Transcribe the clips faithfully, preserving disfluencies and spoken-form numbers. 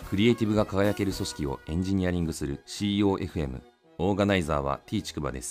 クリエイティブが輝ける組織をエンジニアリングする シーイーオーエフエム。 オーガナイザーは T ちくばです。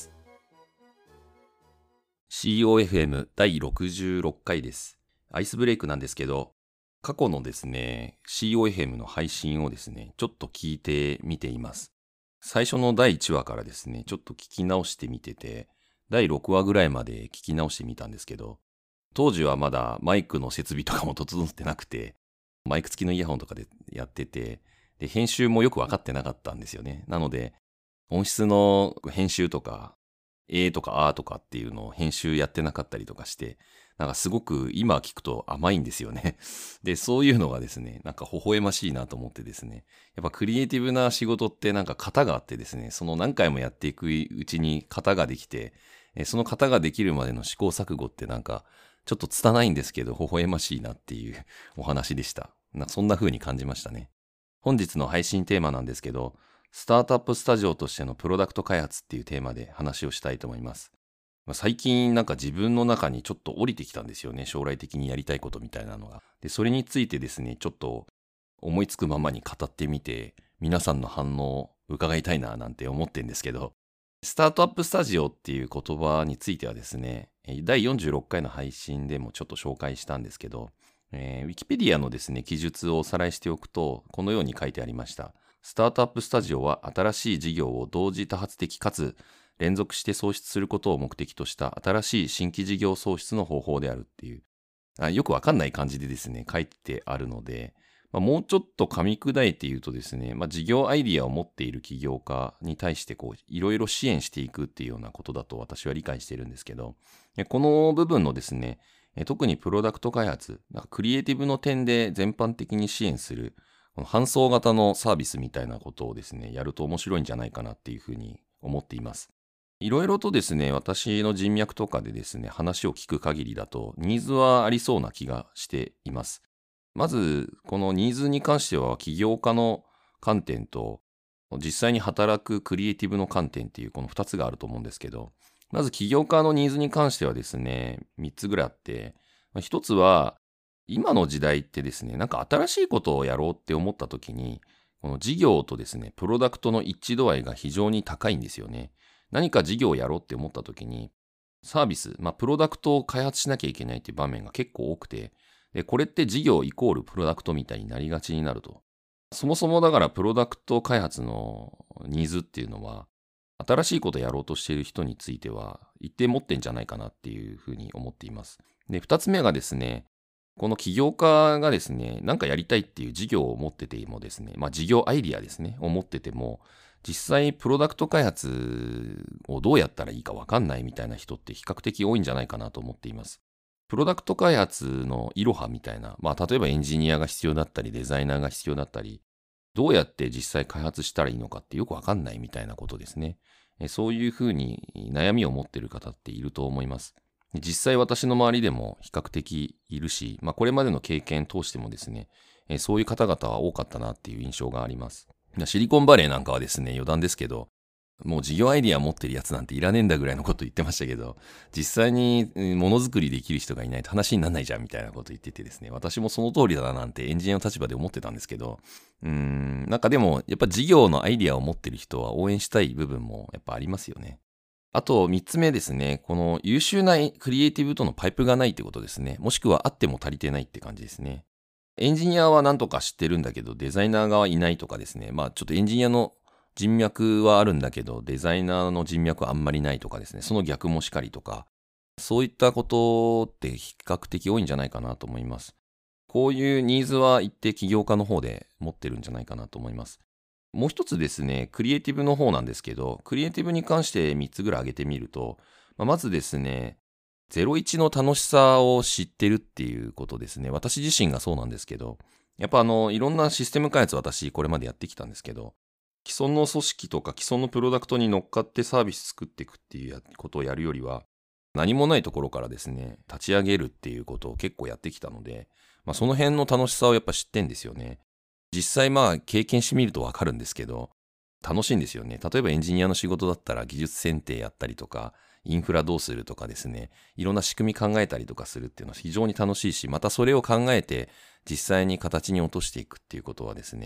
シーイーオーエフエム だいろくじゅうろっかいです。アイスブレイクなんですけど、過去のですね シーイーオーエフエム の配信をですねちょっと聞いてみています。最初のだいいちわからですねちょっと聞き直してみてて、だいろくわぐらいまで聞き直してみたんですけど、当時はまだマイクの設備とかも整ってなくて、マイク付きのイヤホンとかでやってて、で編集もよく分かってなかったんですよね。なので音質の編集とかえーとかあーとかっていうのを編集やってなかったりとかして、なんかすごく今聞くと甘いんですよね。で、そういうのがですね、なんか微笑ましいなと思ってですね、やっぱクリエイティブな仕事ってなんか型があってですね、その何回もやっていくうちに型ができて、その型ができるまでの試行錯誤ってなんかちょっと拙いんですけど微笑ましいなっていうお話でした。なそんな風に感じましたね。本日の配信テーマなんですけど、スタートアップスタジオとしてのプロダクト開発っていうテーマで話をしたいと思います。最近なんか自分の中にちょっと降りてきたんですよね。将来的にやりたいことみたいなのが。で、それについてですね、ちょっと思いつくままに語ってみて、皆さんの反応を伺いたいななんて思ってるんですけど、スタートアップスタジオっていう言葉についてはですね、だいよんじゅうろっかいの配信でもちょっと紹介したんですけど、えー、ウィキペディアのですね、記述をおさらいしておくと、このように書いてありました。スタートアップスタジオは新しい事業を同時多発的かつ連続して創出することを目的とした新しい新規事業創出の方法であるっていう、あよくわかんない感じでですね、書いてあるので、まあ、もうちょっと噛み砕いて言うとですね、まあ、事業アイディアを持っている起業家に対してこういろいろ支援していくっていうようなことだと私は理解しているんですけど、この部分のですね、特にプロダクト開発、なんかクリエイティブの点で全般的に支援するこの搬送型のサービスみたいなことをですね、やると面白いんじゃないかなっていうふうに思っています。いろいろとですね、私の人脈とかでですね、話を聞く限りだと、ニーズはありそうな気がしています。まず、このニーズに関しては、起業家の観点と、実際に働くクリエイティブの観点っていう、このふたつがあると思うんですけど、まず起業家のニーズに関してはですね、みっつぐらいあって、ひとつは、今の時代ってですね、なんか新しいことをやろうって思った時に、この事業とですね、プロダクトの一致度合いが非常に高いんですよね。何か事業をやろうって思った時に、サービス、まあ、プロダクトを開発しなきゃいけないっていう場面が結構多くて、で、これって事業イコールプロダクトみたいになりがちになると。そもそもだからプロダクト開発のニーズっていうのは、新しいことをやろうとしている人については一定持ってんじゃないかなっていうふうに思っています。で、二つ目がですね、この起業家がですね、なんかやりたいっていう事業を持っててもですね、まあ事業アイディアですね、を持ってても、実際プロダクト開発をどうやったらいいか分かんないみたいな人って比較的多いんじゃないかなと思っています。プロダクト開発のイロハみたいな、まあ例えばエンジニアが必要だったり、デザイナーが必要だったり、どうやって実際開発したらいいのかってよく分かんないみたいなことですね。そういうふうに悩みを持っている方っていると思います。実際私の周りでも比較的いるし、まあこれまでの経験通してもですね、そういう方々は多かったなっていう印象があります。シリコンバレーなんかはですね、余談ですけど、もう事業アイディア持ってるやつなんていらねえんだぐらいのこと言ってましたけど、実際にものづくりできる人がいないと話にならないじゃんみたいなこと言っててですね、私もその通りだななんてエンジニアの立場で思ってたんですけど、うーん、なんかでもやっぱ事業のアイディアを持ってる人は応援したい部分もやっぱありますよね。あとみっつめですね、この優秀なクリエイティブとのパイプがないってことですね。もしくはあっても足りてないって感じですね。エンジニアはなんとか知ってるんだけど、デザイナーがいないとかですね。まあちょっとエンジニアの人脈はあるんだけど、デザイナーの人脈はあんまりないとかですね。その逆もしかりとか、そういったことって比較的多いんじゃないかなと思います。こういうニーズは一定起業家の方で持ってるんじゃないかなと思います。もう一つですね、クリエイティブの方なんですけど、クリエイティブに関してみっつぐらい挙げてみると、まずですね、ゼロイチの楽しさを知ってるっていうことですね。私自身がそうなんですけど、やっぱあの、いろんなシステム開発私これまでやってきたんですけど、既存の組織とか既存のプロダクトに乗っかってサービス作っていくっていうことをやるよりは、何もないところからですね、立ち上げるっていうことを結構やってきたので、まあ、その辺の楽しさをやっぱ知ってんですよね。実際まあ経験してみるとわかるんですけど、楽しいんですよね。例えばエンジニアの仕事だったら技術選定やったりとか、インフラどうするとかですね、いろんな仕組み考えたりとかするっていうのは非常に楽しいし、またそれを考えて実際に形に落としていくっていうことはですね、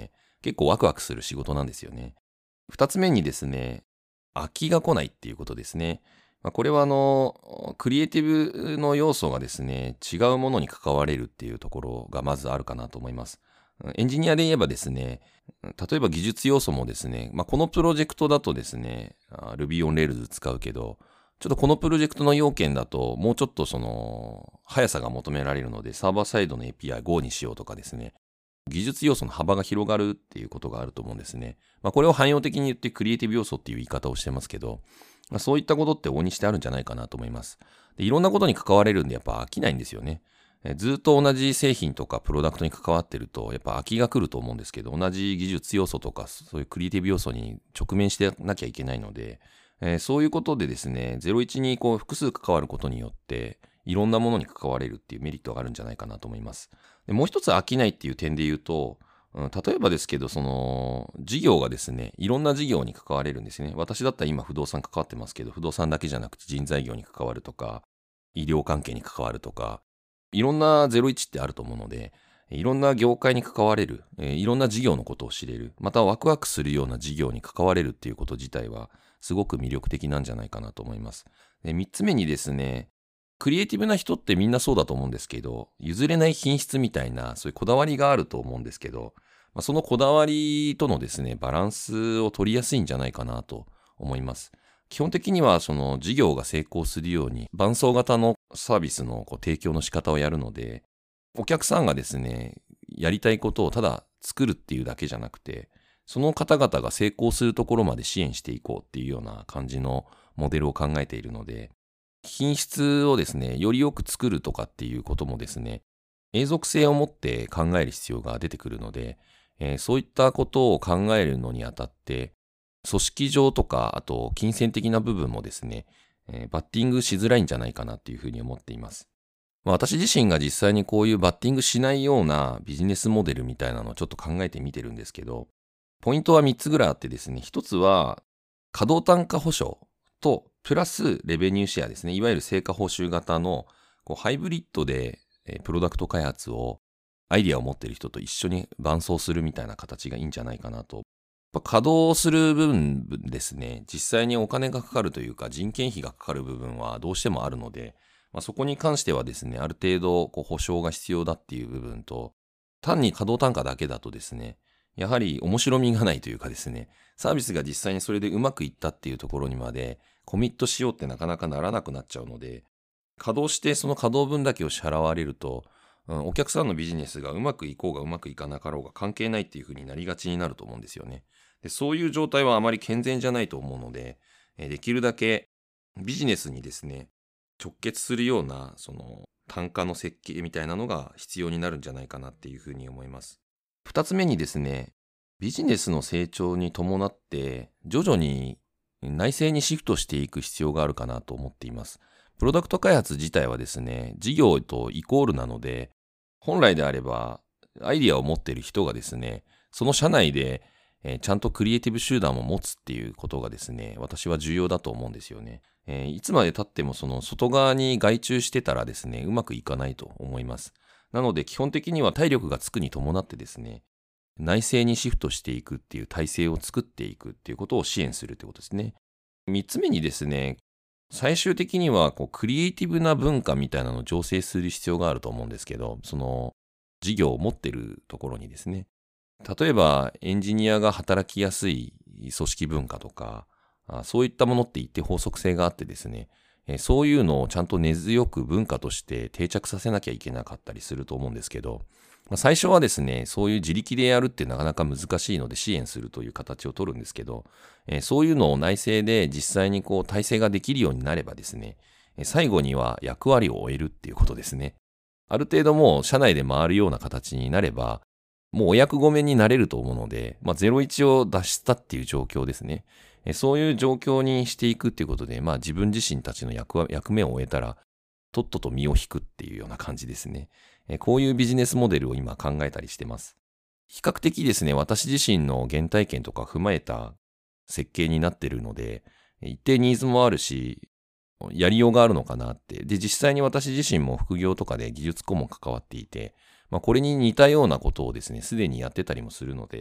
結構ワクワクする仕事なんですよね。二つ目にですね、飽きが来ないっていうことですね。まあ、これはあの、クリエイティブの要素がですね、違うものに関われるっていうところがまずあるかなと思います。エンジニアで言えばですね、例えば技術要素もですね、まあ、このプロジェクトだとですね、あ Ruby on Rails 使うけど、ちょっとこのプロジェクトの要件だと、もうちょっとその、速さが求められるので、サーバーサイドの エーピーアイ Go にしようとかですね、技術要素の幅が広がるっていうことがあると思うんですね。まあ、これを汎用的に言ってクリエイティブ要素っていう言い方をしてますけど、まあ、そういったことって往々にしてあるんじゃないかなと思います。で、いろんなことに関われるんでやっぱ飽きないんですよね。えずっと同じ製品とかプロダクトに関わってるとやっぱ飽きが来ると思うんですけど、同じ技術要素とかそういうクリエイティブ要素に直面してなきゃいけないので、えーそういうことでですね、ゼロイチにこう複数関わることによっていろんなものに関われるっていうメリットがあるんじゃないかなと思います。でもう一つ飽きないっていう点で言うと、うん、例えばですけど、その事業がですね、いろんな事業に関われるんですね。私だったら今不動産関わってますけど、不動産だけじゃなくて人材業に関わるとか、医療関係に関わるとか、いろんなゼロイチってあると思うので、いろんな業界に関われる、えーいろんな事業のことを知れる、またワクワクするような事業に関われるっていうこと自体は、すごく魅力的なんじゃないかなと思います。で、三つ目にですね、クリエイティブな人ってみんなそうだと思うんですけど、譲れない品質みたいな、そういうこだわりがあると思うんですけど、まあ、そのこだわりとのですね、バランスを取りやすいんじゃないかなと思います。基本的にはその事業が成功するように伴走型のサービスのこう提供の仕方をやるので、お客さんがですね、やりたいことをただ作るっていうだけじゃなくて、その方々が成功するところまで支援していこうっていうような感じのモデルを考えているので、品質をですね、よりよく作るとかっていうこともですね、永続性を持って考える必要が出てくるので、えーそういったことを考えるのにあたって、組織上とか、あと金銭的な部分もですね、えーバッティングしづらいんじゃないかなっていうふうに思っています。まあ、私自身が実際にこういうバッティングしないようなビジネスモデルみたいなのをちょっと考えてみてるんですけど、ポイントはみっつぐらいあってですね、ひとつは稼働単価保証とプラスレベニューシェアですね、いわゆる成果報酬型のこうハイブリッドでえープロダクト開発をアイディアを持っている人と一緒に伴走するみたいな形がいいんじゃないかなと。やっぱ稼働する分ですね、実際にお金がかかるというか人件費がかかる部分はどうしてもあるので、まあ、そこに関してはですね、ある程度こう保証が必要だっていう部分と、単に稼働単価だけだとですね、やはり面白みがないというかですね、サービスが実際にそれでうまくいったっていうところにまでコミットしようってなかなかならなくなっちゃうので、稼働してその稼働分だけを支払われると、うん、お客さんのビジネスがうまくいこうがうまくいかなかろうが関係ないっていう風になりがちになると思うんですよね。で、そういう状態はあまり健全じゃないと思うので、えーできるだけビジネスにですね、直結するようなその単価の設計みたいなのが必要になるんじゃないかなっていう風に思います。二つ目にですね、ビジネスの成長に伴って徐々に内製にシフトしていく必要があるかなと思っています。プロダクト開発自体はですね、事業とイコールなので、本来であれば、アイディアを持っている人がですね、その社内で、えーちゃんとクリエイティブ集団を持つっていうことがですね、私は重要だと思うんですよね。えーいつまで経ってもその外側に外注してたらですね、うまくいかないと思います。なので基本的には体力がつくに伴ってですね、内製にシフトしていくっていう体制を作っていくっていうことを支援するってことですね。三つ目にですね、最終的にはこうクリエイティブな文化みたいなのを醸成する必要があると思うんですけど、その事業を持ってるところにですね、例えばエンジニアが働きやすい組織文化とか、あそういったものって一定法則性があってですね、えーそういうのをちゃんと根強く文化として定着させなきゃいけなかったりすると思うんですけど、まあ、最初はですね、そういう自力でやるってなかなか難しいので支援するという形を取るんですけど、えーそういうのを内製で実際にこう体制ができるようになればですね、えー最後には役割を終えるっていうことですね。ある程度もう社内で回るような形になれば、もうお役御免になれると思うので、まあ、ゼロイチを脱したっていう状況ですね。えそういう状況にしていくっていうことで、まあ自分自身たちの役割役目を終えたら、とっとと身を引くっていうような感じですね。えこういうビジネスモデルを今考えたりしてます。比較的ですね、私自身の原体験とか踏まえた設計になっているので、一定ニーズもあるし、やりようがあるのかなって。で、実際に私自身も副業とかで技術顧問関わっていて、まあこれに似たようなことをですね、すでにやってたりもするので、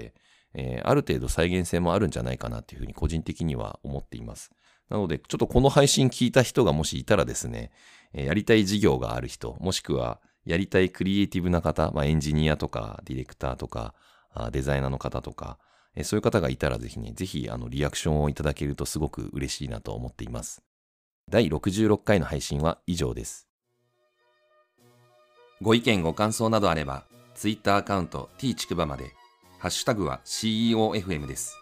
えー、ある程度再現性もあるんじゃないかなというふうに個人的には思っています。なので、ちょっとこの配信聞いた人がもしいたらですね、えー、やりたい事業がある人、もしくはやりたいクリエイティブな方、まあ、エンジニアとかディレクターとかデザイナーの方とか、えー、そういう方がいたらぜひね、ぜひあのリアクションをいただけるとすごく嬉しいなと思っています。だいろくじゅうろっかいの配信は以上です。ご意見ご感想などあれば、Twitter アカウント t ちくばまで、ハッシュタグは シーイーオーエフエム です。